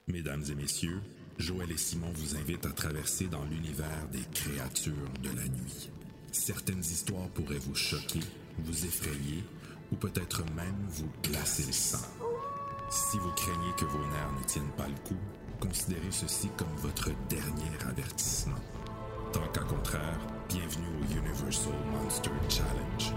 Mesdames et messieurs, Joël et Simon vous invitent à traverser dans l'univers des créatures de la nuit. Certaines histoires pourraient vous choquer, vous effrayer ou peut-être même vous glacer le sang. Si vous craignez que vos nerfs ne tiennent pas le coup, considérez ceci comme votre dernier avertissement. Tant qu'à contraire, bienvenue au Universal Monster Challenge.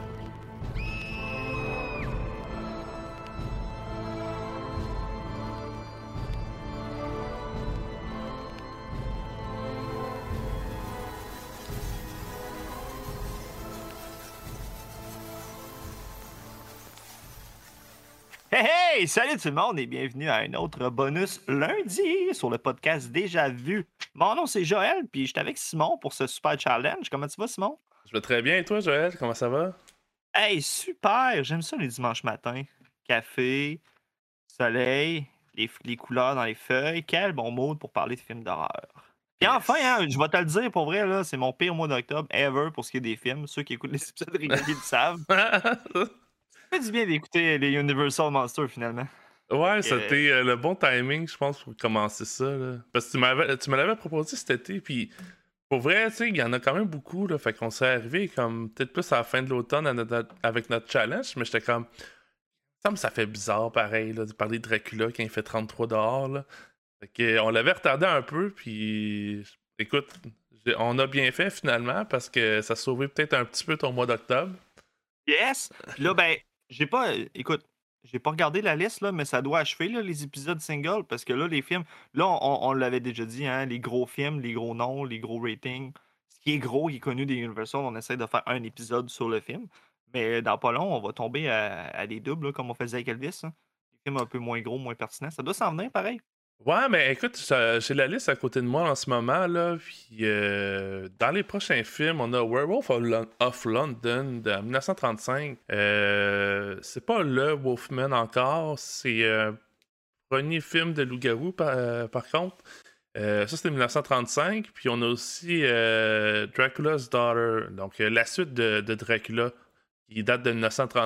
Hey hey! Salut tout le monde et bienvenue à un autre bonus lundi sur le podcast Déjà Vu. Mon nom c'est Joël, puis je suis avec Simon pour ce super challenge. Comment tu vas, Simon? Je vais très bien, et toi, Joël? Comment ça va? Hey, super! J'aime ça les dimanches matins. Café, soleil, les couleurs dans les feuilles. Quel bon mood pour parler de films d'horreur. Et enfin, hein, je vais te le dire pour vrai, là, c'est mon pire mois d'octobre ever pour ce qui est des films. Ceux qui écoutent les épisodes réguliers le savent. Ça fait du bien d'écouter les Universal Monsters finalement. Ouais, Euh, c'était le bon timing, je pense, pour commencer ça. Là. Parce que tu me l'avais proposé cet été, puis pour vrai, tu sais, il y en a quand même beaucoup, là, fait qu'on s'est arrivé comme peut-être plus à la fin de l'automne avec notre challenge, mais j'étais comme, ça fait bizarre pareil, là, de parler de Dracula quand il fait 33 dehors, là. Fait que, on l'avait retardé un peu, puis écoute, on a bien fait finalement, parce que ça a sauvé peut-être un petit peu ton mois d'octobre. Yes! Puis là, ben, écoute, j'ai pas regardé la liste, là, mais ça doit achever, là, les épisodes single, parce que là, les films, là, on l'avait déjà dit, hein, les gros films, les gros noms, les gros ratings. Ce qui est gros, qui est connu des Universal, on essaie de faire un épisode sur le film. Mais dans pas long, on va tomber à des doubles, là, comme on faisait avec Elvis, hein. Des films un peu moins gros, moins pertinents. Ça doit s'en venir, pareil. Ouais, mais écoute, j'ai la liste à côté de moi en ce moment, là, puis dans les prochains films, on a Werewolf of London de 1935. C'est pas le Wolfman encore, c'est premier film de loup-garou par contre. Ça, c'était 1935, puis on a aussi Dracula's Daughter, donc la suite de Dracula, qui date de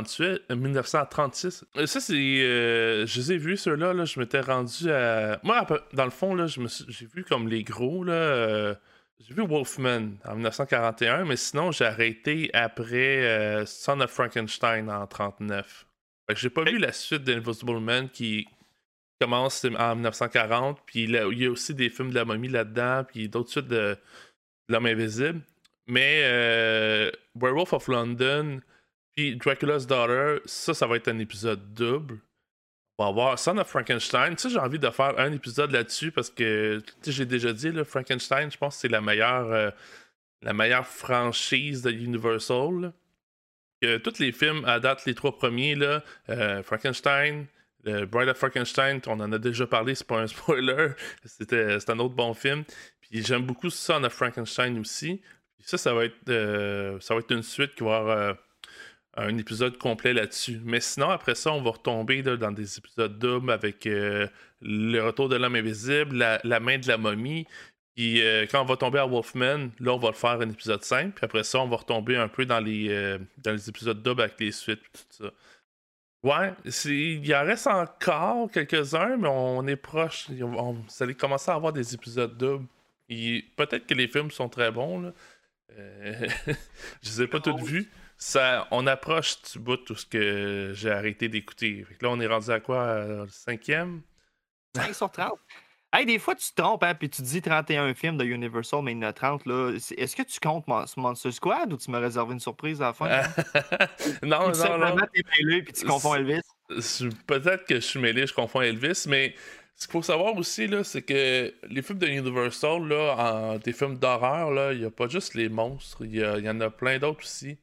1936. Ça, c'est. Je les ai vus, ceux-là. Là, je m'étais rendu à. Moi, dans le fond, là, j'ai vu comme les gros. Là, j'ai vu Wolfman en 1941, mais sinon, j'ai arrêté après Son of Frankenstein en 1939. Fait que j'ai pas vu la suite d'Invisible Man qui commence en 1940. Puis il y a aussi des films de la momie là-dedans, puis d'autres suites de L'Homme Invisible. Mais Werewolf of London. Puis Dracula's Daughter, ça va être un épisode double. On va voir Son of Frankenstein. Tu sais, j'ai envie de faire un épisode là-dessus parce que, tu sais, j'ai déjà dit, là, Frankenstein, je pense que c'est la meilleure franchise de Universal. Là. Tous les films, à date, les trois premiers, là, Frankenstein, Bride of Frankenstein, on en a déjà parlé, c'est pas un spoiler. C'est un autre bon film. Puis j'aime beaucoup Son of Frankenstein aussi. Puis ça va être une suite qui va avoir un épisode complet là-dessus. Mais sinon, après ça, on va retomber là, dans des épisodes doubles avec le retour de l'homme invisible, la main de la momie. Puis quand on va tomber à Wolfman, là, on va le faire un épisode simple. Puis après ça, on va retomber un peu dans les épisodes doubles avec les suites et tout ça. Ouais, il en reste encore quelques-uns, mais on est proche. Vous allez commencer à avoir des épisodes doubles. Et peut-être que les films sont très bons, là. Je les ai pas toutes vus. On approche du bout de tout ce que j'ai arrêté d'écouter. Fait que là, on est rendu à quoi? Le cinquième? 5 sur 30. Hey, des fois, tu te trompes, hein, puis tu dis 31 films de Universal, mais il y en a 30, là. Est-ce que tu comptes Monster Squad ou tu m'as réservé une surprise à la fin, hein? Non, Ou non, tout non. simplement, t'es mêlé puis tu confonds Elvis? Peut-être que je suis mêlé, je confonds Elvis, mais ce qu'il faut savoir aussi, là, c'est que les films de Universal, là, des films d'horreur, là, il n'y a pas juste les monstres, il y en a plein d'autres aussi.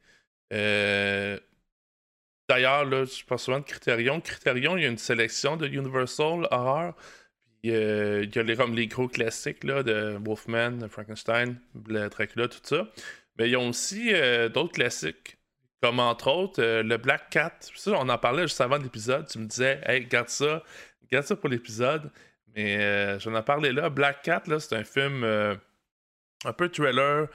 Euh, D'ailleurs, là, je pense souvent de Criterion. Criterion, il y a une sélection de Universal Horror. Puis il y a comme les gros classiques là, de Wolfman, Frankenstein, Dracula, tout ça. Mais ils ont aussi d'autres classiques. Comme entre autres le Black Cat. Ça, on en parlait juste avant l'épisode. Tu me disais, hey, garde ça pour l'épisode. Mais j'en ai parlé là. Black Cat, là, c'est un film un peu thriller,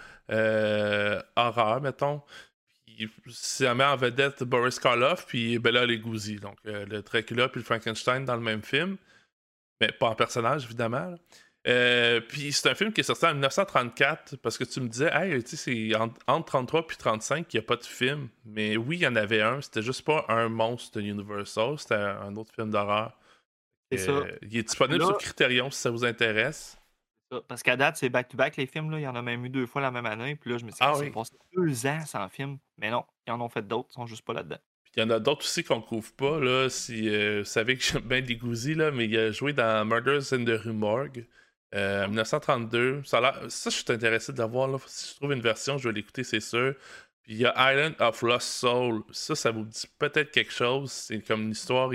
horreur, mettons. Puis ça met en vedette Boris Karloff puis Bela Lugosi. Donc le Dracula puis le Frankenstein dans le même film. Mais pas en personnage, évidemment. Là. Puis c'est un film qui est sorti en 1934 parce que tu me disais, hey, tu sais, c'est entre 33 puis 35 qu'il n'y a pas de film. Mais oui, il y en avait un. C'était juste pas un monstre de Universal, c'était un autre film d'horreur. C'est ça. Il est disponible Là, sur Criterion si ça vous intéresse. ça. Parce qu'à date, c'est back-to-back les films. Là. Il y en a même eu 2 fois la même année. Puis là, je me suis dit, Ah ils ont oui. passé 2 ans sans film. Mais non, ils en ont fait d'autres. Ils sont juste pas là-dedans. Puis il y en a d'autres aussi qu'on couvre pas. Là, si vous savez que j'aime bien les Gouzy, là, mais il a joué dans Murders in the Rue Morgue. En 1932. Ça, je suis intéressé de l'avoir. Là. Si je trouve une version, je vais l'écouter, c'est sûr. Puis il y a Island of Lost Soul. Ça vous dit peut-être quelque chose. C'est comme une histoire.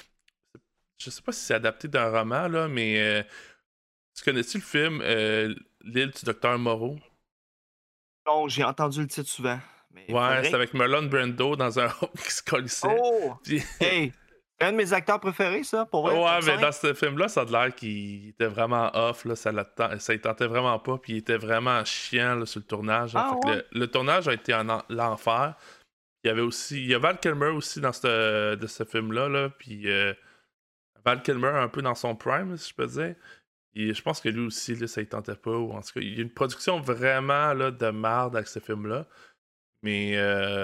Je sais pas si c'est adapté d'un roman, là, mais tu connais-tu le film L'île du Docteur Moreau? Non, j'ai entendu le titre souvent. Mais Ouais, c'est faudrait. avec Marlon Brando dans un home qui se colissait. Oh! Puis... Hey! C'est un de mes acteurs préférés, ça, pour vrai. Ouais, top mais 5. dans ce film-là, ça a l'air qu'il était vraiment off, là, ça y tentait vraiment pas, puis il était vraiment chiant là, sur le tournage. Hein. Ah Fait que ouais? le tournage a été l'enfer. Il y a Val Kilmer aussi dans de ce film-là, là, puis Val Kilmer un peu dans son prime, si je peux dire. Et je pense que lui aussi, là, ça y tentait pas, ou en tout cas, il y a une production vraiment là, de merde avec ce film-là. Mais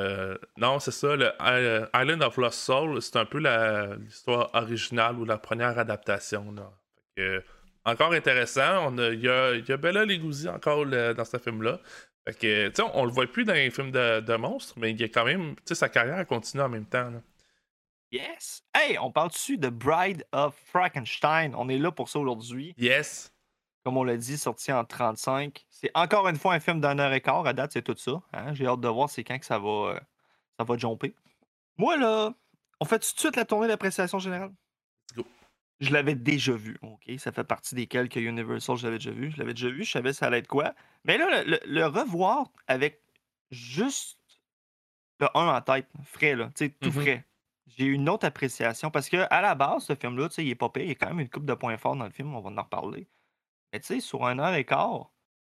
non, c'est ça, le Island of Lost Soul, c'est un peu l'histoire originale ou la première adaptation. Là. Fait que, encore intéressant, il y a Bella Lugosi encore dans ce film-là. Fait que, tu sais, on le voit plus dans les films de monstres, mais il y a quand même, tu sais, sa carrière continue en même temps. Là. Yes! Hey, on parle dessus de Bride of Frankenstein. On est là pour ça aujourd'hui. Yes! Comme on l'a dit, sorti en 35. C'est encore une fois un film d'1 h 15. À date, c'est tout ça. Hein? J'ai hâte de voir c'est quand que ça va jumper. Moi, là, on fait tout de suite la tournée d'appréciation générale. Let's go. Je l'avais déjà vu, OK? Ça fait partie des quelques Universal que j'avais déjà vu. Je l'avais déjà vu, je savais ça allait être quoi. Mais là, le revoir avec juste le 1 en tête, frais, là, tu sais, tout Mhm. frais. J'ai eu une autre appréciation parce que à la base, ce film-là, tu sais, il est pas pire. Il y a quand même une couple de points forts dans le film, on va en reparler. Mais tu sais, sur 1 h 15,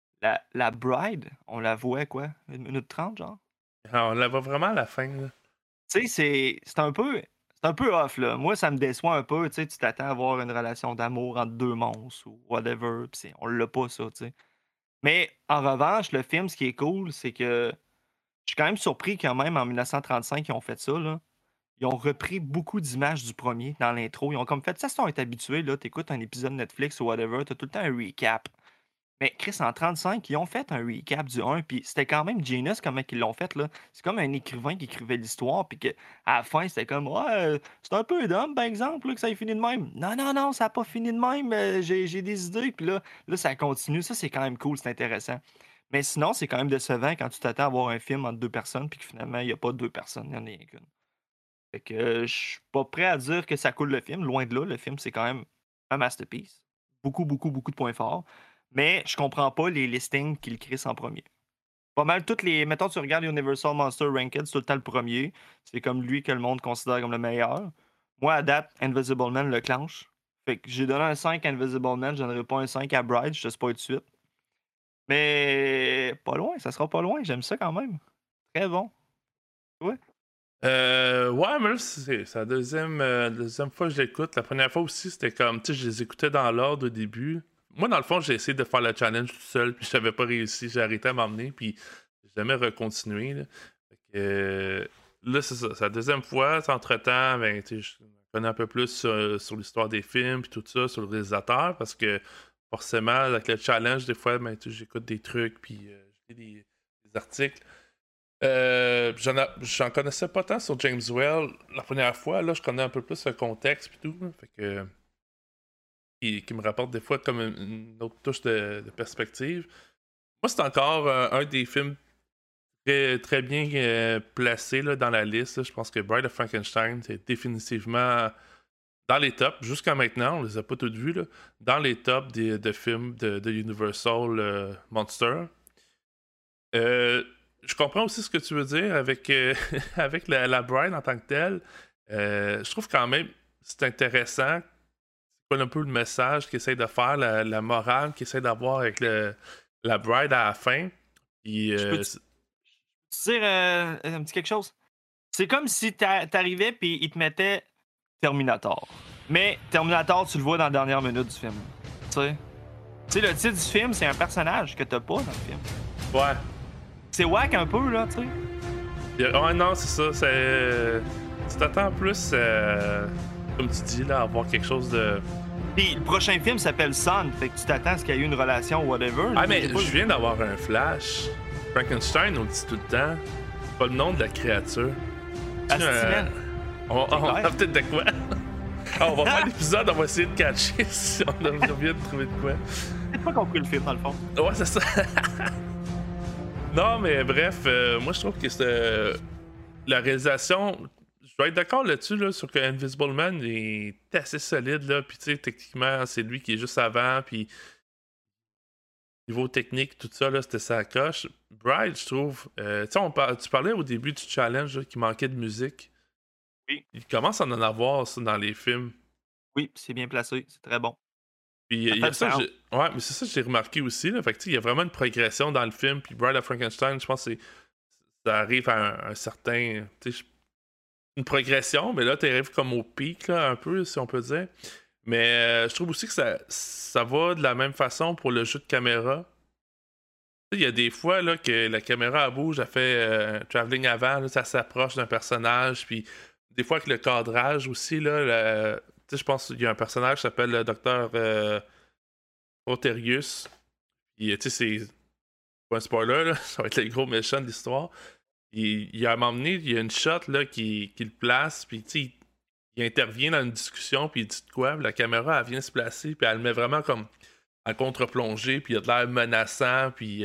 la Bride, on la voit quoi? 1 minute 30, genre? Ah, on la voit vraiment à la fin. Là. Tu sais, c'est un peu off, là. Moi, ça me déçoit un peu. Tu sais, tu t'attends à avoir une relation d'amour entre 2 monstres ou whatever. Pis on l'a pas, ça, tu sais. Mais en revanche, le film, ce qui est cool, c'est que je suis quand même surpris quand même en 1935 ils ont fait ça, là. Ils ont repris beaucoup d'images du premier dans l'intro. Ils ont comme fait ça, si on est habitué, là, t'écoutes un épisode Netflix ou whatever, t'as tout le temps un recap. Mais Chris, en 35, ils ont fait un recap du 1, puis c'était quand même genius comment ils l'ont fait, là. C'est comme un écrivain qui écrivait l'histoire, puis qu'à la fin, c'était comme, ouais, c'est un peu dumb, par exemple, là, que ça ait fini de même. Non, non, non, ça n'a pas fini de même, j'ai des idées, puis là, ça continue. Ça, c'est quand même cool, c'est intéressant. Mais sinon, c'est quand même décevant quand tu t'attends à voir un film entre 2 personnes, puis que finalement, il n'y a pas 2 personnes, il n'y en a rien qu'une. Fait que je suis pas prêt à dire que ça coule le film, loin de là, le film, c'est quand même un masterpiece. Beaucoup, beaucoup, beaucoup de points forts. Mais je comprends pas les listings qu'il crisse en premier. Pas mal toutes les. Mettons, tu regardes Universal Monster Ranked, c'est tout le temps le premier. C'est comme lui que le monde considère comme le meilleur. Moi, à date, Invisible Man le clenche. Fait que j'ai donné un 5 à Invisible Man, je donnerai pas un 5 à Bride, je te spoil tout de suite. Mais pas loin, ça sera pas loin, j'aime ça quand même. Très bon. Ouais. Ouais, mais là, c'est la deuxième fois que je l'écoute. La première fois aussi, c'était comme, tu sais, je les écoutais dans l'ordre au début. Moi, dans le fond, j'ai essayé de faire le challenge tout seul, puis je n'avais pas réussi. J'ai arrêté à m'emmener, puis j'ai jamais recontinué. Là, fait que, là c'est ça. C'est la deuxième fois. Entre-temps, ben, tu sais, je connais un peu plus sur l'histoire des films, puis tout ça, sur le réalisateur, parce que forcément, avec le challenge, des fois, ben, tu sais, j'écoute des trucs, puis je lis des articles. J'en connaissais pas tant sur James Well la première fois. Là, je connais un peu plus le contexte et tout. Là, fait que, qui me rapporte des fois comme une autre touche de perspective. Moi, c'est encore un des films très, très bien placés là, dans la liste. Là. Je pense que Bride of Frankenstein, c'est définitivement dans les tops. Jusqu'à maintenant, on les a pas tous vus. Là, dans les tops de films de Universal Monster. Je comprends aussi ce que tu veux dire avec, avec la Bride en tant que telle. Je trouve quand même c'est intéressant. C'est pas un peu le message qu'il essaie de faire, la morale qu'il essaie d'avoir avec la Bride à la fin. Puis, Je peux te dire un petit quelque chose? C'est comme si t'arrivais puis ils te mettaient Terminator. Mais Terminator, tu le vois dans la dernière minute du film. Tu sais? Tu sais, le titre du film, c'est un personnage que t'as pas dans le film. Ouais. C'est wack un peu, là, tu sais. Ouais, non, c'est ça. Tu t'attends plus, comme tu dis, là, à avoir quelque chose de. Puis le prochain film s'appelle Son, fait que tu t'attends à ce qu'il y ait eu une relation ou whatever. Ah, mais je viens d'avoir un flash. Frankenstein, on le dit tout le temps. C'est pas le nom de la créature. On a peut-être de quoi. On va faire l'épisode, on va essayer de catcher si on a bien de trouver de quoi. J'ai pas compris le film, dans le fond. Ouais, c'est ça. Non, mais bref, moi je trouve que la réalisation. Je dois être d'accord là-dessus, là, sur que Invisible Man est assez solide, là. Puis, tu sais, techniquement, c'est lui qui est juste avant. Puis, niveau technique, tout ça, là, c'était sa coche. Bride, je trouve. Tu sais, tu parlais au début du challenge là, qu'il manquait de musique. Oui. Il commence à en avoir, ça, dans les films. Oui, c'est bien placé, c'est très bon. Puis, il y a ça, ouais, mais c'est ça que j'ai remarqué aussi, là. Fait que, tu sais, il y a vraiment une progression dans le film. Puis, Bride of Frankenstein, je pense que ça arrive à un certain. Tu sais, une progression, mais là, tu arrives comme au pic, là, un peu, si on peut dire. Mais je trouve aussi que ça va de la même façon pour le jeu de caméra. Il y a des fois là, que la caméra elle bouge, elle fait un travelling avant, là, ça s'approche d'un personnage, puis des fois que le cadrage aussi, là, je pense qu'il y a un personnage qui s'appelle le docteur Proterius. Puis, tu sais, c'est pas un spoiler, là, ça va être le gros méchant de l'histoire. Il a m'emmené, il y a une shot là, qui le place, puis tu sais, il intervient dans une discussion, puis il dit de quoi, puis la caméra, elle vient se placer, puis elle le met vraiment comme en contre-plongée, puis il a de l'air menaçant, puis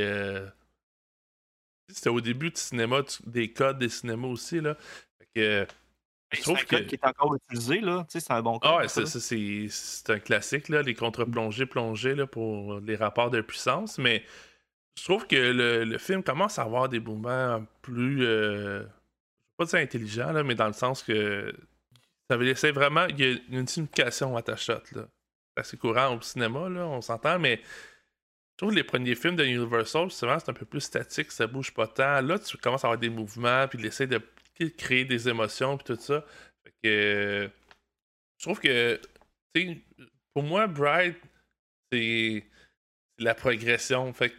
c'était au début du cinéma, des codes des cinémas aussi, là. Fait que, je trouve c'est un code qui est encore utilisé, là. Tu sais, c'est un bon code. Ah ouais, c'est un classique, là, les contre-plongées, plongées, là, pour les rapports de puissance, mais je trouve que le film commence à avoir des mouvements plus, je vais pas dire intelligents, là, mais dans le sens que ça essaie vraiment, il y a une signification à ta shot, là. C'est assez courant au cinéma, là, on s'entend, mais je trouve que les premiers films de Universal, souvent, c'est un peu plus statique, ça bouge pas tant. Là, tu commences à avoir des mouvements, puis essayer de créer des émotions, puis tout ça. Fait que, je trouve que, tu sais, pour moi, Bride, c'est la progression. Fait que,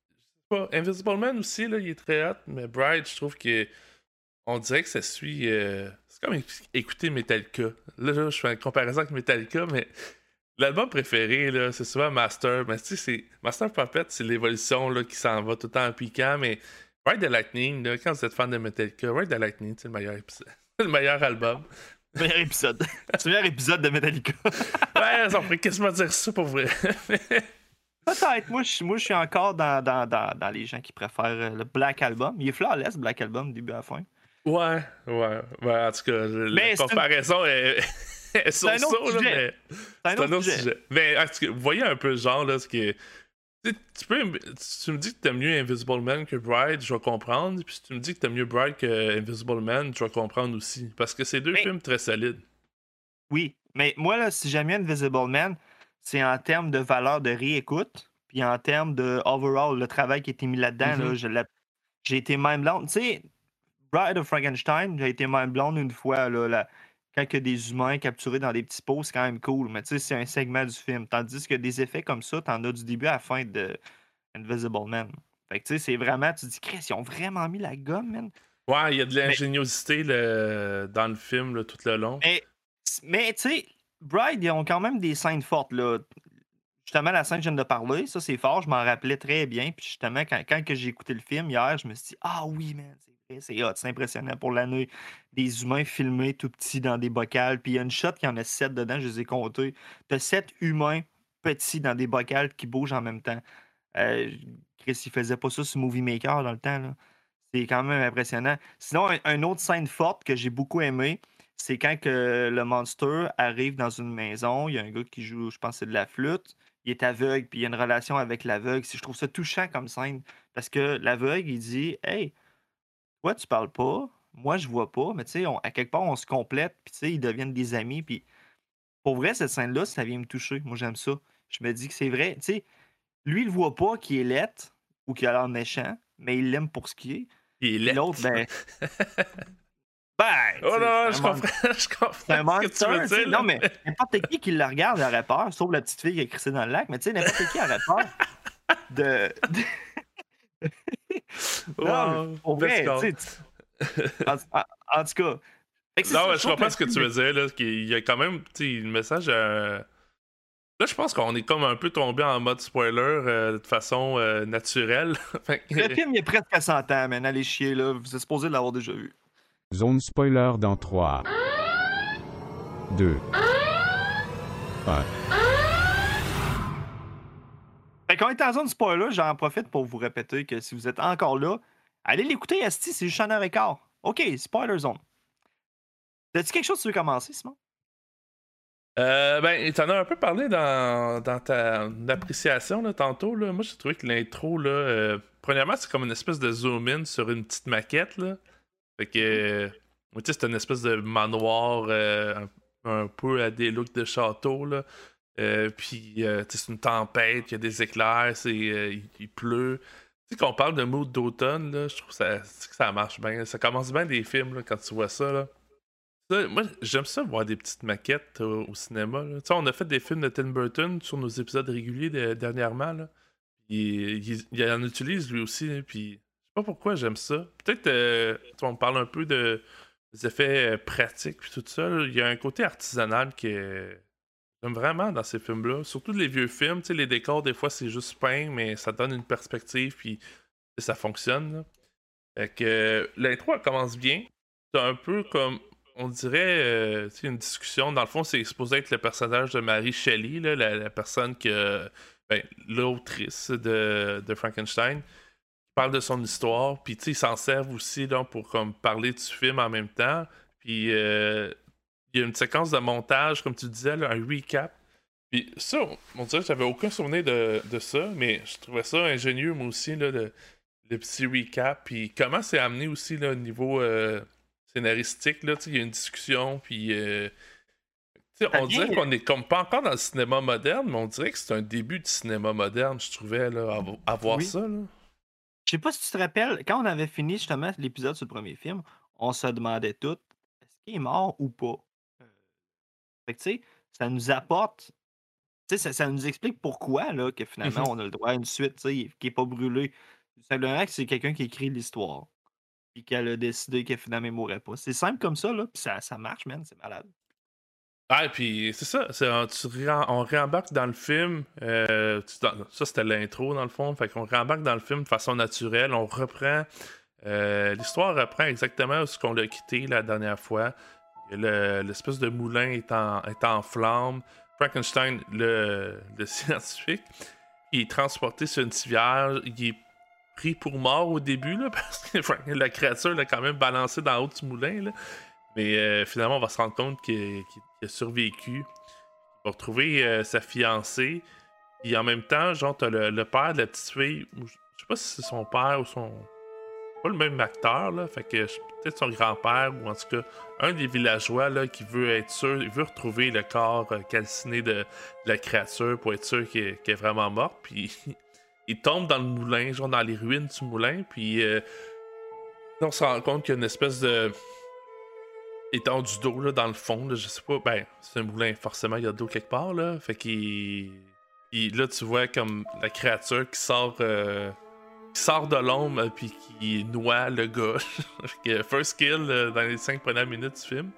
Invisible Man aussi, là, il est très hot, mais Bride, je trouve que on dirait que ça suit. C'est comme écouter Metallica. Là, je fais une comparaison avec Metallica, mais l'album préféré, là, c'est souvent Master. Mais tu sais, c'est Master Puppet, c'est l'évolution là, qui s'en va tout le temps en piquant. Mais Ride the Lightning, là, quand vous êtes fan de Metallica, Ride the Lightning, c'est le meilleur épisode. C'est le meilleur album. Meilleur épisode. C'est le meilleur épisode de Metallica. Ouais, ça pourrait quasiment dire ça pour vrai. Peut-être. Moi, je suis encore dans les gens qui préfèrent le Black Album. Il est flawless, Black Album, début à la fin. Ouais. En tout cas, la comparaison est sur un autre ça, sujet. Mais c'est un autre sujet. Mais en tout cas, vous voyez un peu le genre, là, ce qui est. Tu me dis que t'aimes mieux Invisible Man que Bride, je vais comprendre. Puis si tu me dis que t'aimes mieux Bride que Invisible Man, je vais comprendre aussi. Parce que c'est deux films très solides. Oui, mais moi, là, si j'aime Invisible Man, c'est en termes de valeur de réécoute, puis en termes de overall, le travail qui a été mis là-dedans, là, j'ai été mind blown. Tu sais, Bride of Frankenstein, j'ai été mind blown une fois, là, quand il y a des humains capturés dans des petits pots, c'est quand même cool, mais tu sais, c'est un segment du film. Tandis que des effets comme ça, t'en as du début à la fin de Invisible Man. Fait que tu sais, c'est vraiment, tu te dis, Chris, ils ont vraiment mis la gomme, man. Ouais, il y a de l'ingéniosité dans le film là, tout le long. Mais tu sais, Bride, ils ont quand même des scènes fortes, là. Justement, la scène que je viens de parler, ça c'est fort, je m'en rappelais très bien. Puis justement, quand que j'ai écouté le film hier, je me suis dit, ah oui, man, c'est vrai, c'est hot, c'est impressionnant pour l'année. Des humains filmés tout petits dans des bocals. Puis il y a une shot qui en a 7 dedans, je les ai comptés. T'as 7 humains petits dans des bocals qui bougent en même temps. Chris, il faisait pas ça sur Movie Maker dans le temps, là. C'est quand même impressionnant. Sinon, une autre scène forte que j'ai beaucoup aimé, c'est quand que le monster arrive dans une maison. Il y a un gars qui joue, je pense, c'est de la flûte. Il est aveugle, puis il y a une relation avec l'aveugle. Je trouve ça touchant comme scène. Parce que l'aveugle, il dit, hey, toi, tu parles pas. Moi, je vois pas. Mais tu sais, à quelque part, on se complète. Puis tu sais, ils deviennent des amis. Puis pour vrai, cette scène-là, ça vient me toucher. Moi, j'aime ça. Je me dis que c'est vrai. Tu sais, lui, il voit pas qu'il est laid ou qu'il a l'air méchant, mais il l'aime pour ce qu'il est. Il est Puis l'autre, ben. Ben, Oh non, je c'est comprends, je comprends un ce que monster. tu veux Tu sais. dire. Là. Non, mais n'importe qui la regarde aurait peur, sauf la petite fille qui est crissée dans le lac. Mais tu sais, n'importe qui aurait peur de. Non, mais Wow, pour best vrai, call. tu sais. En tout cas. Fait que c'est Non, ça, mais je je trouve comprends que ce que le tu film veux dire, là, qu'il y a quand même, tu sais, le message... Là, je pense qu'on est comme un peu tombé en mode spoiler de façon naturelle. Fait que- Le film, il est presque à 100 ans, man. Allez chier, là. Vous êtes supposé l'avoir déjà vu. Zone spoiler dans 3, 2, 1. Fait qu'on est en zone spoiler, j'en profite pour vous répéter que si vous êtes encore là, allez l'écouter, Asti, c'est juste 1h15. OK, spoiler zone. As-tu quelque chose que tu veux commencer, Simon? Ben, t'en as un peu parlé dans ta appréciation là, tantôt. Là. Moi, j'ai trouvé que l'intro, là, premièrement, c'est comme une espèce de zoom-in sur une petite maquette. Là. Fait que, tu sais, c'est une espèce de manoir un peu à des looks de château. Là. Puis, tu sais, c'est une tempête, il y a des éclairs, il pleut. Tu sais, qu'on parle de mood d'automne, là, je trouve que ça marche bien. Ça commence bien des films là, quand tu vois ça. Là. Moi, j'aime ça voir des petites maquettes au cinéma. Là. Tu sais, on a fait des films de Tim Burton sur nos épisodes réguliers dernièrement. Là. Il en utilise lui aussi. Là, puis, je sais pas pourquoi j'aime ça. Peut-être, on parle un peu des effets pratiques puis tout ça. Là. Il y a un côté artisanal que j'aime vraiment dans ces films-là. Surtout les vieux films. Tu sais, les décors, des fois, c'est juste peint, mais ça donne une perspective puis ça fonctionne. Là. Fait que l'intro, elle commence bien. C'est un peu comme on dirait une discussion. Dans le fond, c'est supposé être le personnage de Mary Shelley, là, la personne que. Ben, l'autrice de Frankenstein, qui parle de son histoire. Puis, tu sais, ils s'en servent aussi là, pour comme, parler du film en même temps. Puis, il y a une séquence de montage, comme tu disais, là, un recap. Puis, ça, on dirait que j'avais aucun souvenir de ça, mais je trouvais ça ingénieux, moi aussi, là, le petit recap. Puis, comment c'est amené aussi, là, au niveau. Scénaristique, là, il y a une discussion, puis on dirait qu'on est comme pas encore dans le cinéma moderne, mais on dirait que c'est un début de cinéma moderne, je trouvais, là, à voir Oui. ça. Là. Je sais pas si tu te rappelles, quand on avait fini justement l'épisode sur le premier film, on se demandait tout, est-ce qu'il est mort ou pas? Fait que tu sais, ça nous apporte, tu sais, ça nous explique pourquoi, là, que finalement, on a le droit à une suite, tu sais, qui est pas brûlée. Simplement que c'est quelqu'un qui écrit l'histoire. Puis qu'elle a décidé que finalement, il mourrait pas. C'est simple comme ça, là, puis ça marche, man, c'est malade. Ah, puis c'est ça, on réembarque dans le film, ça c'était l'intro dans le fond, fait qu'on réembarque dans le film de façon naturelle, on reprend, l'histoire reprend exactement ce qu'on l'a quitté la dernière fois. L'espèce de moulin est en flammes. Frankenstein, le scientifique, il est transporté sur une civière, il est pris pour mort au début, là, parce que la créature l'a quand même balancé dans le haut du moulin. Là. Mais finalement, on va se rendre compte qu'il a survécu. Il va retrouver sa fiancée. Et en même temps, genre, t'as le père de la petite fille. Je sais pas si c'est son père ou son. Pas le même acteur, là. Fait que peut-être son grand-père ou en tout cas un des villageois là, qui veut être sûr, il veut retrouver le corps calciné de la créature pour être sûr qu'elle est vraiment morte. Puis il tombe dans le moulin, genre dans les ruines du moulin. Puis on se rend compte qu'il y a une espèce de étendue d'eau là, dans le fond. Là, je sais pas, ben c'est un moulin, forcément il y a de l'eau quelque part. Là. Fait là tu vois comme la créature qui sort de l'ombre puis qui noie le gars. First kill dans les 5 premières minutes du film.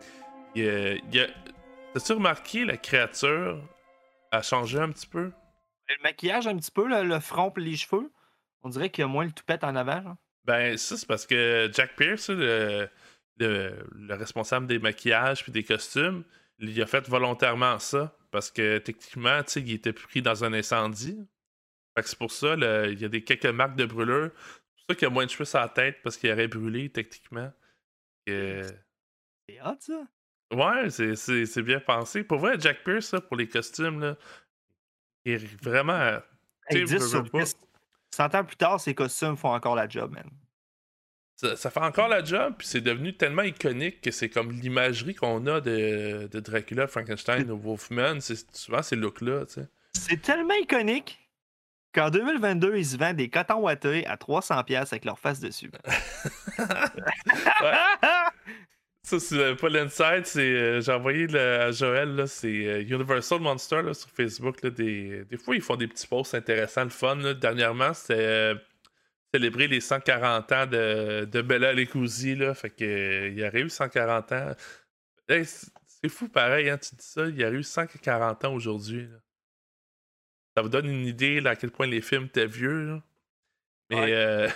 T'as-tu remarqué la créature a changé un petit peu? Le maquillage un petit peu, là, le front et les cheveux, on dirait qu'il y a moins le toupette en avant. Genre. Ben ça c'est parce que Jack Pierce, le responsable des maquillages puis des costumes, il a fait volontairement ça. Parce que techniquement, tu sais, il était pris dans un incendie. Fait que c'est pour ça, il y a quelques marques de brûlure. C'est pour ça qu'il y a moins de cheveux sur la tête, parce qu'il aurait brûlé, techniquement. C'est hot, ça? Ouais, c'est bien pensé. Pour vrai, Jack Pierce, là, pour les costumes, là, il est vraiment... Hey, 10 sur 10. 100 ans plus tard, ces costumes font encore la job, man. Ça fait encore la job, puis c'est devenu tellement iconique que c'est comme l'imagerie qu'on a de Dracula, Frankenstein, ou Wolfman. Souvent, ces looks-là, tu sais. C'est tellement iconique qu'en 2022, ils se vendent des cotons ouatés à 300$ avec leur face dessus. Ça, c'est pas l'inside, c'est. J'ai envoyé à Joël, là, c'est Universal Monster là, sur Facebook. Là, des fois, ils font des petits posts intéressants, le fun. Là. Dernièrement, c'était célébrer les 140 ans de Bella Lecousi. Là, fait que, il y aurait eu 140 ans. Hey, c'est fou pareil, hein, tu dis ça. Il y aurait eu 140 ans aujourd'hui. Là. Ça vous donne une idée là, à quel point les films étaient vieux. Là. Mais. Ouais.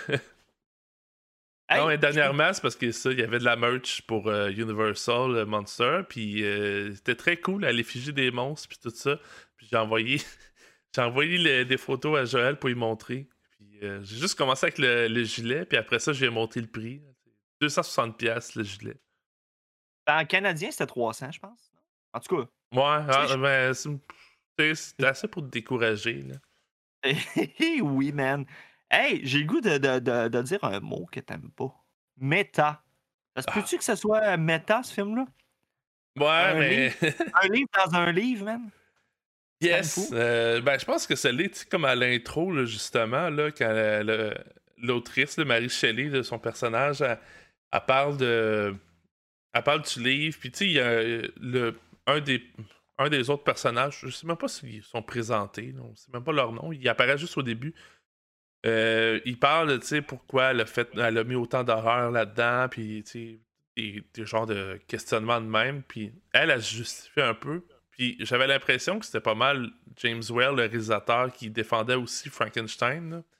Non, Hey, et dernièrement, c'est parce que ça, il y avait de la merch pour Universal Monster, puis c'était très cool à l'effigie des monstres, puis tout ça. Puis j'ai envoyé, des photos à Joël pour lui montrer. Puis j'ai juste commencé avec le gilet, puis après ça, j'ai monté le prix. 260$ le gilet. en canadien, c'était 300, je pense. En tout cas. Ouais, ben, c'était assez pour te décourager. Là. Oui, man. Hey, j'ai le goût de dire un mot que t'aimes pas. Méta. Ça se peut-tu que ce soit méta, ce film-là? Ouais, mais. Un livre dans un livre, man? Yes! Ben, je pense que ça l'est, comme à l'intro, là, justement, là, quand l'autrice, Marie Shelley, de son personnage, elle parle du livre, puis tu sais, il y a un des autres personnages, je sais même pas s'ils sont présentés, on sait même pas leur nom, il apparaît juste au début. Il parle, tu sais, pourquoi elle a mis autant d'horreur là-dedans, puis tu sais, des genres de questionnements de même, puis elle se justifie un peu. Puis j'avais l'impression que c'était pas mal James Whale, le réalisateur, qui défendait aussi Frankenstein. Là.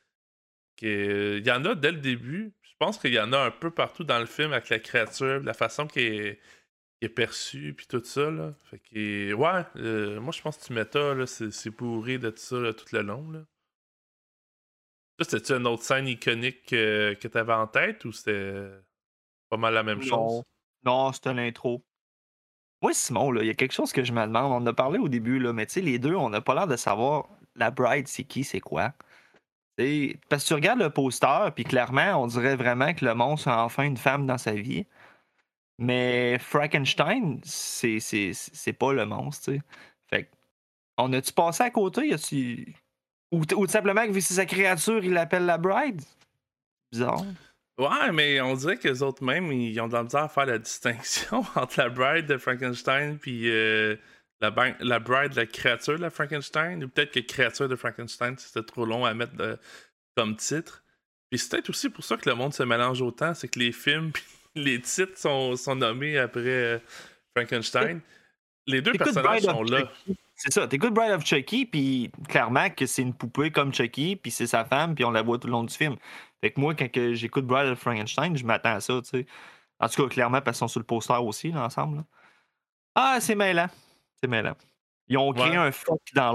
Il y en a dès le début. Je pense qu'il y en a un peu partout dans le film avec la créature, la façon qui est perçue, puis tout ça. Là. Fait que, ouais, moi je pense que tu méta, là, c'est bourré de tout ça là, tout le long. Là. C'était-tu une autre scène iconique que t'avais en tête ou c'était pas mal la même chose? Non, c'était l'intro. Moi, Simon, il y a quelque chose que je me demande. On en a parlé au début, là, mais tu sais, les deux, on n'a pas l'air de savoir la bride, c'est qui, c'est quoi. Parce que tu regardes le poster, puis clairement, on dirait vraiment que le monstre a enfin une femme dans sa vie. Mais Frankenstein, c'est pas le monstre, tu sais. Fait que, on a-tu passé à côté? Ou tout simplement que vu que c'est sa créature, il l'appelle la bride? Bizarre. Ouais, mais on dirait qu'eux autres même, ils ont de la misère à faire la distinction entre la bride de Frankenstein puis la bride de la créature de la Frankenstein. Ou peut-être que créature de Frankenstein, c'était trop long à mettre comme titre. Puis c'est peut-être aussi pour ça que le monde se mélange autant, c'est que les films pis les titres sont nommés après Frankenstein. Les deux personnages sont là. C'est ça, t'écoutes Bride of Chucky, puis clairement que c'est une poupée comme Chucky, puis c'est sa femme, puis on la voit tout le long du film. Fait que moi, quand j'écoute Bride of Frankenstein, je m'attends à ça, tu sais. En tout cas, clairement, parce qu'ils sont sur le poster aussi, là, ensemble. Là. Ah, c'est mêlant. C'est mêlant. Ils ont créé un fuck dans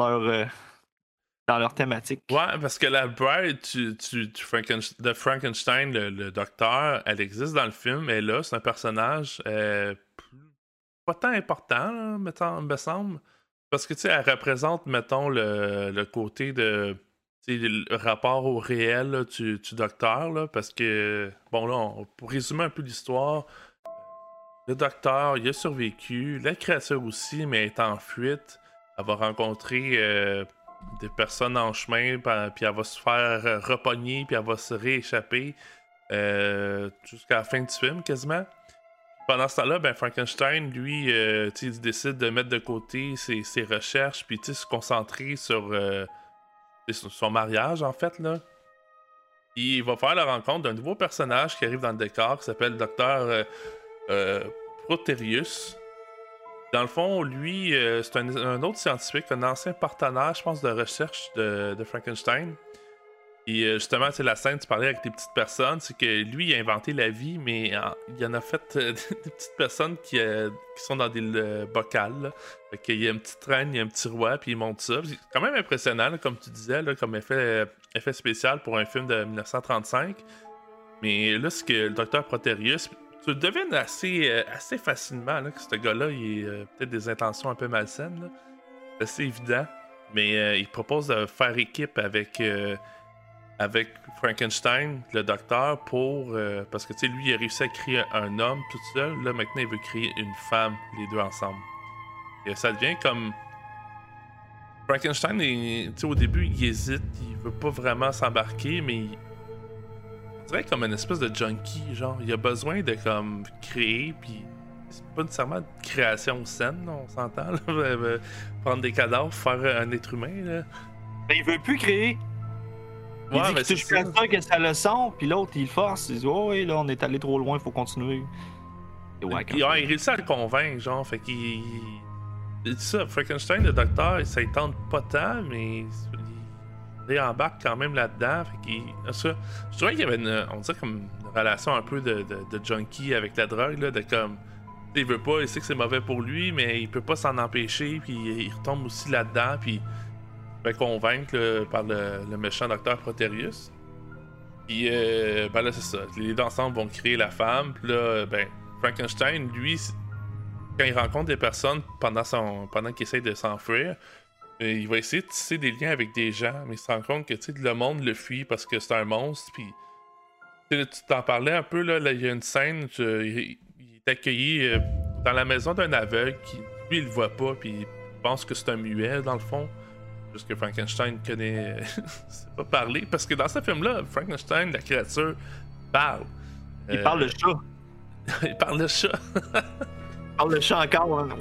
leur thématique. Ouais, parce que la bride de Frankenstein, le docteur, elle existe dans le film, elle est là, c'est un personnage pas tant important, là, me semble. Parce que, tu sais, elle représente, mettons, le côté de... le rapport au réel là, du docteur, là, parce que, bon, là, pour résumer un peu l'histoire, le docteur, il a survécu, la créature aussi, mais elle est en fuite. Elle va rencontrer des personnes en chemin, puis elle va se faire repogner, puis elle va se rééchapper jusqu'à la fin du film, quasiment. Pendant ce temps-là, ben Frankenstein, lui, il décide de mettre de côté ses recherches, puis se concentrer sur son mariage, en fait, là. Il va faire la rencontre d'un nouveau personnage qui arrive dans le décor, qui s'appelle Dr. Proterius. Dans le fond, lui, c'est un autre scientifique, un ancien partenaire, je pense, de recherche de Frankenstein. Et justement, c'est la scène, tu parlais avec des petites personnes, c'est que lui, il a inventé la vie, mais il en a fait des petites personnes qui sont dans des bocales. Là. Fait qu'il y a une petite traîne, il y a un petit roi, puis il monte ça. C'est quand même impressionnant, là, comme tu disais, là, comme effet spécial pour un film de 1935. Mais là, c'est que le docteur Proterius, tu le devines assez facilement là, que ce gars-là, il a peut-être des intentions un peu malsaines. Là. C'est assez évident. Mais il propose de faire équipe avec Frankenstein, le docteur, parce que tu sais, lui, il a réussi à créer un homme tout seul. Là, maintenant, il veut créer une femme, les deux ensemble. Et ça devient comme. Frankenstein, tu sais, au début, il hésite, il veut pas vraiment s'embarquer, mais on dirait comme une espèce de junkie, genre. Il a besoin de comme créer, puis c'est pas nécessairement de création saine, là, on s'entend. Là. Prendre des cadavres, faire un être humain. Là. Ben, il veut plus créer. Il Ouais, dit mais qu'il touche plus à ça que ça le sent, puis l'autre, il force. Il dit, oh, oui, là, on est allé trop loin, il faut continuer. Et ouais, il réussit à le convaincre, genre, fait qu'il. Il dit ça, Frankenstein, le docteur, ça ne tente pas tant, mais il embarque quand même là-dedans. Fait qu'il. Ça, je trouvais qu'il y avait on dirait comme une relation un peu de junkie avec la drogue, là, de comme. Il veut pas, il sait que c'est mauvais pour lui, mais il peut pas s'en empêcher, puis il retombe aussi là-dedans, puis il fait convaincre là, par le méchant docteur Proterius. Puis, ben là, c'est ça. Les deux ensemble vont créer la femme, puis là, ben, Frankenstein, lui, quand il rencontre des personnes pendant qu'il essaie de s'enfuir, il va essayer de tisser des liens avec des gens, mais il se rend compte que le monde le fuit parce que c'est un monstre. Puis tu t'en parlais un peu, là, il y a une scène, il est accueilli dans la maison d'un aveugle qui, lui, il le voit pas, puis il pense que c'est un muet, dans le fond. Parce que Frankenstein connaît. C'est pas parler. Parce que dans ce film-là, Frankenstein, la créature, parle. Il parle le chat. Il parle le chat. Il parle le chat encore. Hein.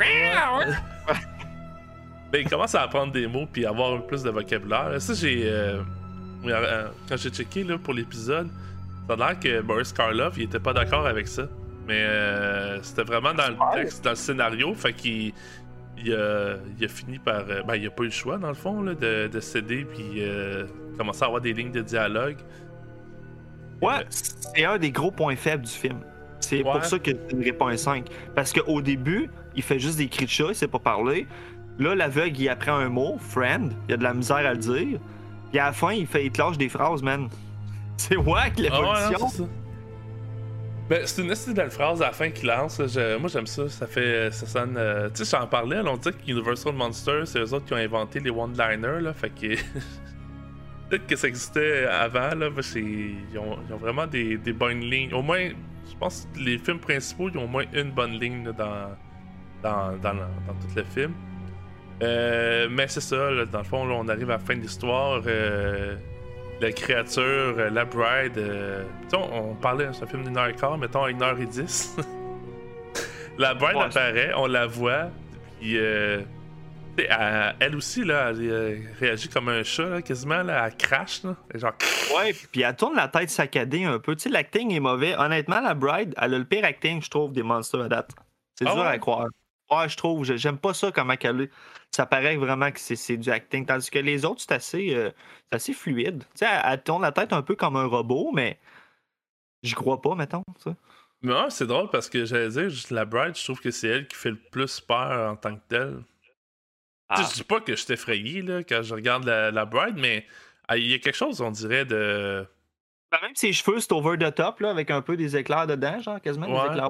Ben, il commence à apprendre des mots puis avoir plus de vocabulaire. Ça, quand j'ai checké là, pour l'épisode, ça a l'air que Boris Karloff, il était pas d'accord avec ça. Mais c'était vraiment dans le texte, dans le scénario. Fait qu'il a fini par. Ben, il a pas eu le choix, dans le fond, là, de céder puis commencer à avoir des lignes de dialogue. Ouais, c'est un des gros points faibles du film. C'est pour ça que je dirais pas un 5. Parce qu'au début, il fait juste des cris de chat, il sait pas parler. Là, l'aveugle, il apprend un mot, friend, il a de la misère à le dire. Puis à la fin, il te lâche des phrases, man. C'est wack l'évolution. C'est ça. Ben, c'est une assez belle phrase à la fin qu'il lance. Moi, j'aime ça. Ça sonne. Tu sais, j'en parlais. Là, on dit que Universal Monsters, c'est eux autres qui ont inventé les one-liners. Là, fait que. Peut-être que ça existait avant. Là, parce qu'ils ont vraiment des bonnes lignes. Au moins, je pense que les films principaux, ils ont au moins une bonne ligne là, dans tout le film. Mais c'est ça. Là, dans le fond, là, on arrive à la fin de l'histoire. La créature, la bride. On parlait, c'est un film d'une heure et quart, mettons à 1h10. La bride apparaît, on la voit, puis elle aussi, là, elle réagit comme un chat, là, quasiment, là, elle crache. Là, genre... Ouais, puis elle tourne la tête saccadée un peu. Tu sais, l'acting est mauvais. Honnêtement, la bride, elle a le pire acting, je trouve, des monsters à date. C'est dur à croire. Ouais, je trouve. J'aime pas ça comment elle est. Ça paraît vraiment que c'est du acting. Tandis que les autres, c'est assez fluide. Tu sais, elle tourne la tête un peu comme un robot, mais je crois pas, mettons. Ça. Mais ouais, c'est drôle parce que j'allais dire, la bride, je trouve que c'est elle qui fait le plus peur en tant que telle. Tu sais, je dis pas que je suis effrayé là, quand je regarde la bride, mais il y a quelque chose, on dirait, de. Ben, même ses cheveux, c'est over the top, là, avec un peu des éclairs dedans, genre quasiment des éclairs.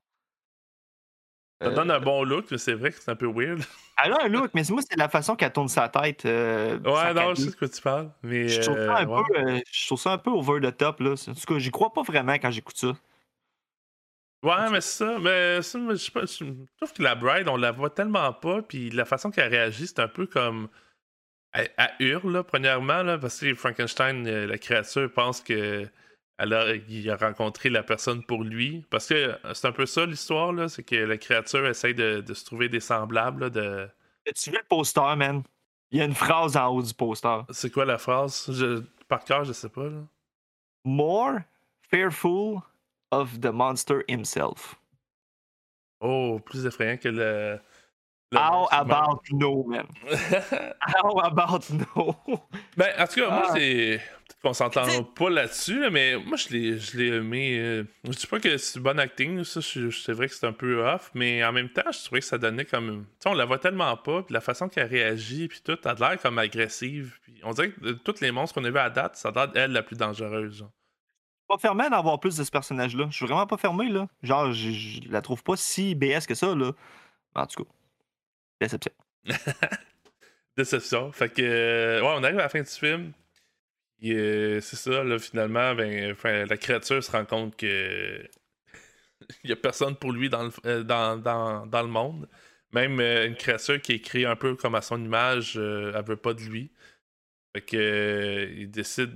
Ça donne un bon look, mais c'est vrai que c'est un peu weird. Elle a un look, mais moi, c'est la façon qu'elle tourne sa tête. Ouais, non, je sais de quoi tu parles. Mais, je trouve ça un peu over the top. Là. En tout cas, j'y crois pas vraiment quand j'écoute ça. Ouais, mais c'est ça. Mais ça, je trouve que la bride, on la voit tellement pas. Puis la façon qu'elle réagit, c'est un peu comme. Elle hurle, là, premièrement, là, parce que Frankenstein, la créature, pense que. Il a rencontré la personne pour lui. Parce que c'est un peu ça l'histoire, là. C'est que la créature essaye de se trouver des semblables. Là, Tu vois le poster, man? Il y a une phrase en haut du poster. C'est quoi la phrase? Par cœur, je sais pas. Là. More fearful of the monster himself. Oh, plus effrayant que le How about no, man? How about no? Ben, en tout cas, moi, c'est. Peut-être qu'on s'entend pas là-dessus, là, mais moi, je l'ai aimé. Je dis pas que c'est bon acting, ça, c'est vrai que c'est un peu off, mais en même temps, je trouvais que ça donnait comme. Tu sais, on la voit tellement pas, puis la façon qu'elle réagit, puis tout, elle a l'air comme agressive. Puis on dirait que de tous les monstres qu'on a vus à date, ça a l'air elle la plus dangereuse. Genre. Je suis pas fermé d'avoir plus de ce personnage-là. Je suis vraiment pas fermé, là. Genre, je la trouve pas si BS que ça, là. En tout cas. Déception. Déception. Fait que, ouais, on arrive à la fin du film. Et c'est ça, là, finalement, la créature se rend compte que il y a personne pour lui dans le monde. Même une créature qui est créée un peu comme à son image, elle veut pas de lui. Fait que il décide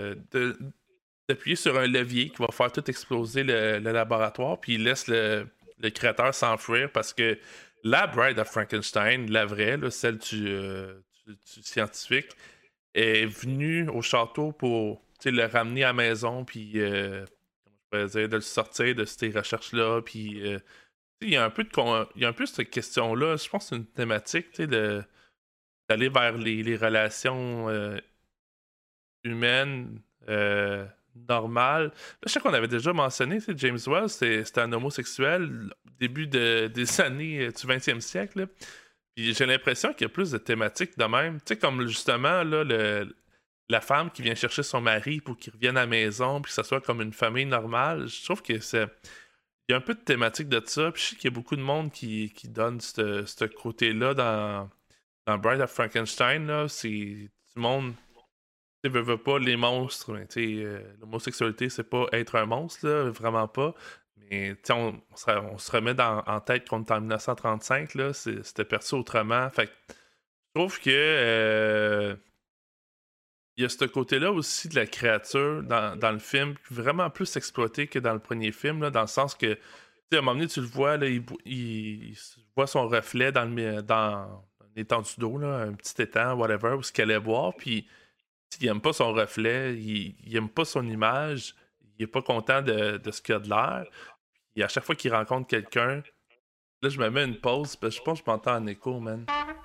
d'appuyer sur un levier qui va faire tout exploser le laboratoire, puis il laisse le le créateur s'enfuir parce que la Bride of Frankenstein, la vraie, là, celle du scientifique, est venue au château pour le ramener à la maison, puis comment je pourrais dire, de le sortir de ces recherches-là, puis il y a un peu il y a un peu cette question-là, je pense que c'est une thématique d'aller vers les relations humaine normale. Là, je sais qu'on avait déjà mentionné, James Wells, c'était un homosexuel au début des années du 20e siècle. Là. Puis j'ai l'impression qu'il y a plus de thématiques de même. Tu sais, comme justement, là, la femme qui vient chercher son mari pour qu'il revienne à la maison, puis que ça soit comme une famille normale. Je trouve que c'est. Il y a un peu de thématique de ça. Puis je sais qu'il y a beaucoup de monde qui donne ce côté-là dans Bride of Frankenstein. Là. C'est du monde. Tu veux pas les monstres, mais l'homosexualité, c'est pas être un monstre, là, vraiment pas. Mais on se remet en tête qu'on est en 1935, là, c'était perçu autrement. Fait que je trouve que il y a ce côté-là aussi de la créature dans le film, vraiment plus exploité que dans le premier film, là, dans le sens que, à un moment donné, tu le vois, là, il voit son reflet dans l'étendue d'eau, là, un petit étang, whatever, où ce qu'elle allait boire, puis il aime pas son reflet, il aime pas son image, il est pas content de ce qu'il a de l'air. Puis à chaque fois qu'il rencontre quelqu'un, là je me mets une pause, parce que je pense que je m'entends en écho, man.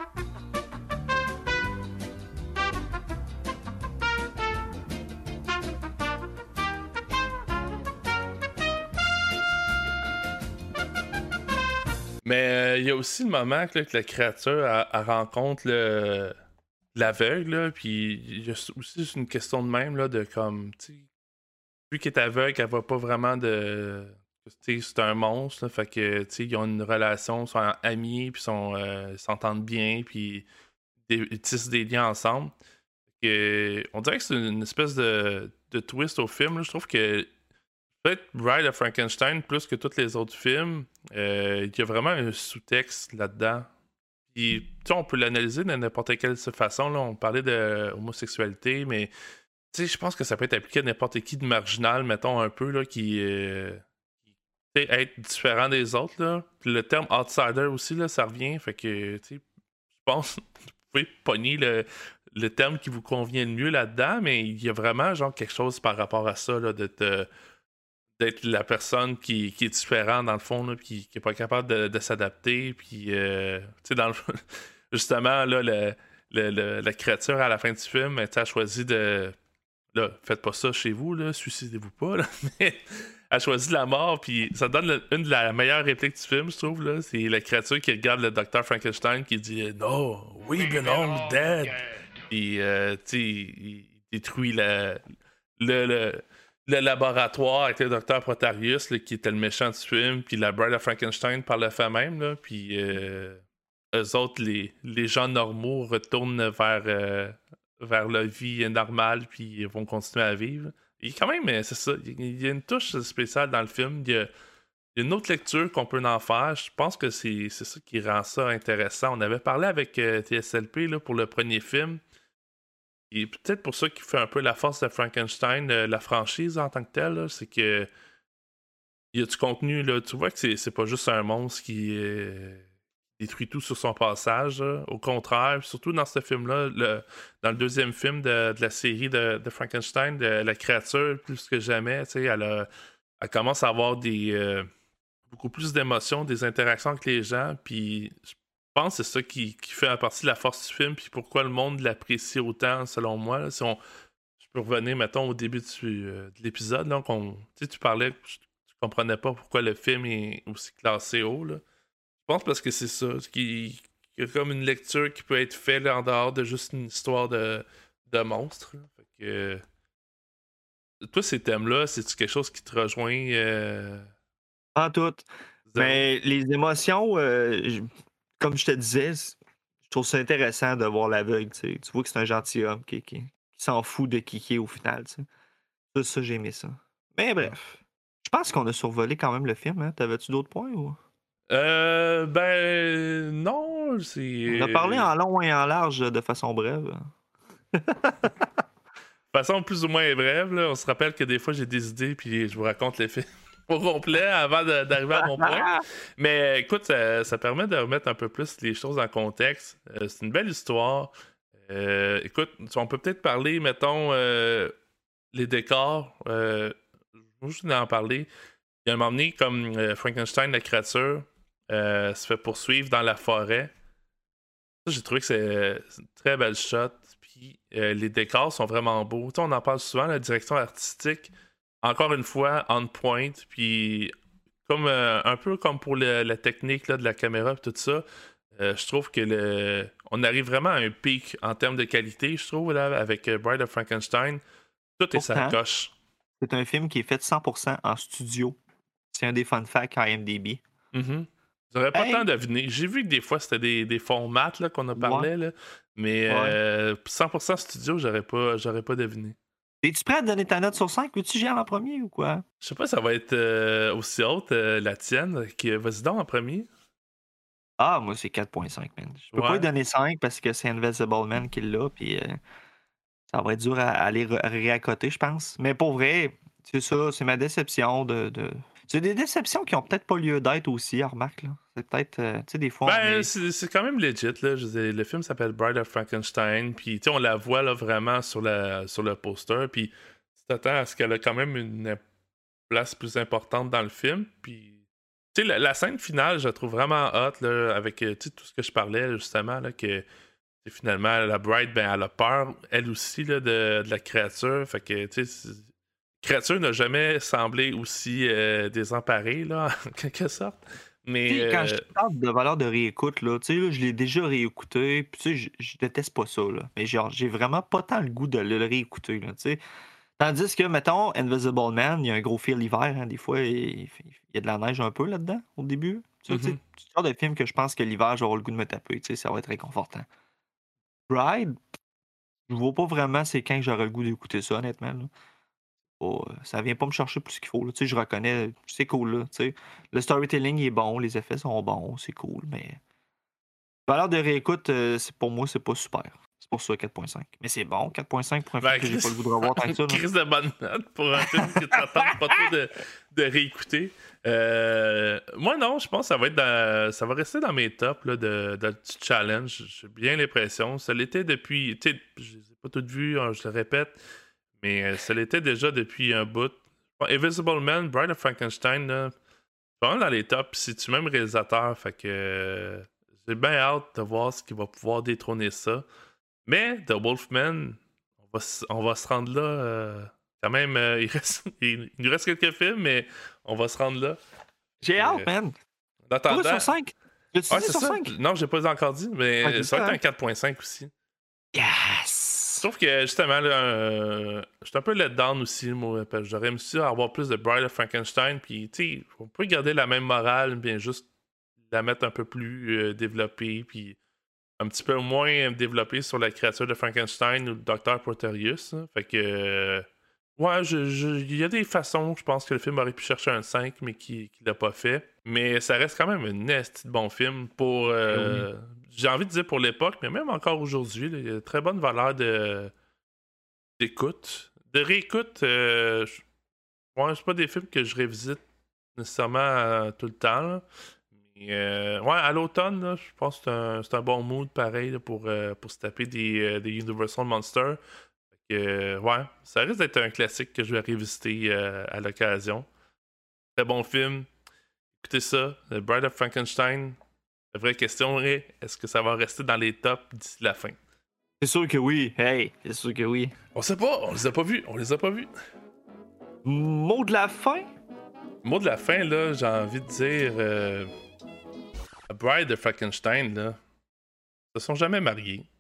Mais il y a aussi le moment que la créature elle rencontre l'aveugle, là, puis il y a aussi une question de même, là, de comme, tu sais, vu qu'elle est aveugle, elle voit pas vraiment de. Tu sais, c'est un monstre, là, fait que, tu sais, ils ont une relation, ils sont amis, puis ils s'entendent bien, puis ils tissent des liens ensemble. On dirait que c'est une espèce de twist au film, là. Je trouve que peut-être Bride of Frankenstein, plus que tous les autres films, il y a vraiment un sous-texte là-dedans. Puis, on peut l'analyser de n'importe quelle façon. Là. On parlait d'homosexualité, mais je pense que ça peut être appliqué à n'importe qui de marginal, mettons un peu, là, qui être différent des autres. Là. Puis le terme outsider aussi, là, ça revient. Fait que, je pense que vous pouvez pogner le terme qui vous convient le mieux là-dedans, mais il y a vraiment genre quelque chose par rapport à ça, là, d'être la personne qui est différente dans le fond, là, qui est pas capable de s'adapter, puis dans le justement là, la créature à la fin du film, elle a choisi de là, faites pas ça chez vous, là, suicidez-vous pas, là, mais elle a choisi la mort, puis ça donne une de la meilleures répliques du film, je trouve, là, c'est la créature qui regarde le docteur Frankenstein qui dit « No, we belong dead », puis il détruit le laboratoire avec le docteur Protarius, là, qui était le méchant du film, puis la Bride of Frankenstein par le fait même, là, puis eux autres, les gens normaux retournent vers leur vie normale, puis ils vont continuer à vivre. Et quand même, c'est ça, il y a une touche spéciale dans le film, il y a une autre lecture qu'on peut en faire, je pense que c'est ça qui rend ça intéressant. On avait parlé avec TSLP là, pour le premier film, et peut-être pour ça qui fait un peu la force de Frankenstein, la franchise en tant que telle, là, c'est que il y a du contenu, là, tu vois que c'est pas juste un monstre qui détruit tout sur son passage. Là. Au contraire, surtout dans ce film-là, dans le deuxième film de la série de Frankenstein, la créature, plus que jamais, elle commence à avoir beaucoup plus d'émotions, des interactions avec les gens, puis je pense que c'est ça qui fait en partie la force du film, puis pourquoi le monde l'apprécie autant, selon moi. Là. Si je peux revenir, mettons, au début de l'épisode, là, tu parlais, tu comprenais pas pourquoi le film est aussi classé haut. Là. Je pense parce que c'est ça, qu'il y a comme une lecture qui peut être faite là, en dehors de juste une histoire de monstre. Fait que, toi, ces thèmes-là, c'est-tu quelque chose qui te rejoint? Pas tout. Mais les émotions, comme je te disais, je trouve ça intéressant de voir l'aveugle. Tu vois que c'est un gentilhomme qui s'en fout de Kiki au final. Ça, j'ai aimé ça. Mais bref, je pense qu'on a survolé quand même le film. Hein? T'avais-tu d'autres points? Ou... Ben, non. On a parlé en long et en large de façon brève. De façon plus ou moins brève, là, on se rappelle que des fois j'ai des idées puis je vous raconte les films. au complet avant d'arriver à mon point. Mais écoute, ça permet de remettre un peu plus les choses en contexte. C'est une belle histoire. Écoute, on peut peut-être parler, mettons, les décors. Je voulais en parler. Il y a un moment donné, comme Frankenstein, la créature, se fait poursuivre dans la forêt. Ça, j'ai trouvé que c'est une très belle shot. Puis les décors sont vraiment beaux. Tu sais, on en parle souvent, la direction artistique, encore une fois, on point. Puis comme un peu comme pour la technique là, de la caméra et tout ça, je trouve que on arrive vraiment à un pic en termes de qualité, je trouve, là, avec Bride of Frankenstein. Tout est sa coche. C'est un film qui est fait 100% en studio. C'est un des fun facts IMDb. J'aurais pas tant deviné. J'ai vu que des fois, c'était des fonds mat là, qu'on a parlé, là, mais 100% studio, j'aurais pas deviné. Es-tu prêt à donner ta note sur 5? Veux-tu gérer en premier ou quoi? Je sais pas, ça va être aussi haute, la tienne. Vas-y donc en premier. Ah, moi, c'est 4.5, man. Je peux pas lui donner 5 parce que c'est Invisible Man qui l'a, puis ça va être dur à aller réaccoter, je pense. Mais pour vrai, c'est ça, c'est ma déception de... C'est des déceptions qui ont peut-être pas lieu d'être aussi, remarque, là. C'est peut-être, tu sais, des fois... c'est quand même legit, là. Je veux dire, le film s'appelle Bride of Frankenstein, puis tu sais, on la voit, là, vraiment sur le poster, puis tu t'attends à ce qu'elle ait quand même une place plus importante dans le film, puis... Tu sais, la scène finale, je la trouve vraiment hot, là, avec tout ce que je parlais, justement, là, que finalement, la Bride, ben, elle a peur, elle aussi, là, de la créature, fait que, tu sais... Créature n'a jamais semblé aussi désemparée, là, en quelque sorte. Mais quand je parle de valeur de réécoute, là, tu sais, là, je l'ai déjà réécouté, puis tu sais, je déteste pas ça, là. Mais genre, j'ai vraiment pas tant le goût de le réécouter, là, tu sais. Tandis que, mettons, Invisible Man, il y a un gros fil l'hiver, hein, des fois, il y a de la neige un peu là-dedans, au début. Tu sais, c'est le genre de film que je pense que l'hiver, j'aurai le goût de me taper, tu sais, ça va être réconfortant. Bride, je vois pas vraiment c'est quand que j'aurai le goût d'écouter ça, honnêtement, là. Ça vient pas me chercher plus qu'il faut. Là. Je reconnais, c'est cool. Là, le storytelling est bon, les effets sont bons, c'est cool, mais valeur de réécoute, pour moi, c'est pas super. C'est pour ça 4.5. Mais c'est bon, 4.5 pour un film que j'ai pas le goût de revoir tant que ça. Crise de bonne note pour un film que t'attends pas trop de réécouter. Moi, non, je pense que ça va rester dans mes tops là, du challenge. J'ai bien l'impression. Ça l'était depuis. Tu sais, je les ai pas toutes vues, hein, je le répète. Mais ça l'était déjà depuis un bout. Invisible Man, Bride of Frankenstein, là, c'est vraiment dans les tops. C'est-tu même réalisateur? Fait que j'ai bien hâte de voir ce qui va pouvoir détrôner ça. Mais The Wolfman, on va se rendre là. Quand même, il nous reste quelques films, mais on va se rendre là. J'ai hâte, man. Toi, sur 5? L'as-tu dit sur 5? Non, j'ai pas encore dit, mais ça va être un 4.5 aussi. Yes! Je trouve que justement, là, je suis un peu let down aussi. Moi, j'aurais aimé ça avoir plus de Bride of Frankenstein. Puis, tu sais, on peut garder la même morale, bien juste la mettre un peu plus développée. Puis, un petit peu moins développée sur la créature de Frankenstein ou le Dr. Proteus. Hein. Fait que, ouais, il y a des façons, je pense que le film aurait pu chercher un 5, mais qui l'a pas fait. Mais ça reste quand même un nasty de bon film pour. J'ai envie de dire pour l'époque, mais même encore aujourd'hui, il y a très bonne valeur d'écoute. De réécoute, c'est pas des films que je révisite nécessairement tout le temps. Là. Mais, à l'automne, là, je pense que c'est un bon mood pareil là, pour se taper des Universal Monsters. Ça risque d'être un classique que je vais révisiter à l'occasion. Très bon film. Écoutez ça, The Bride of Frankenstein. La vraie question est, est-ce que ça va rester dans les tops d'ici la fin? C'est sûr que oui. Hey, c'est sûr que oui. On sait pas, on les a pas vus. Mot de la fin? Mot de la fin, là, j'ai envie de dire... The Bride of Frankenstein, là, se sont jamais mariés.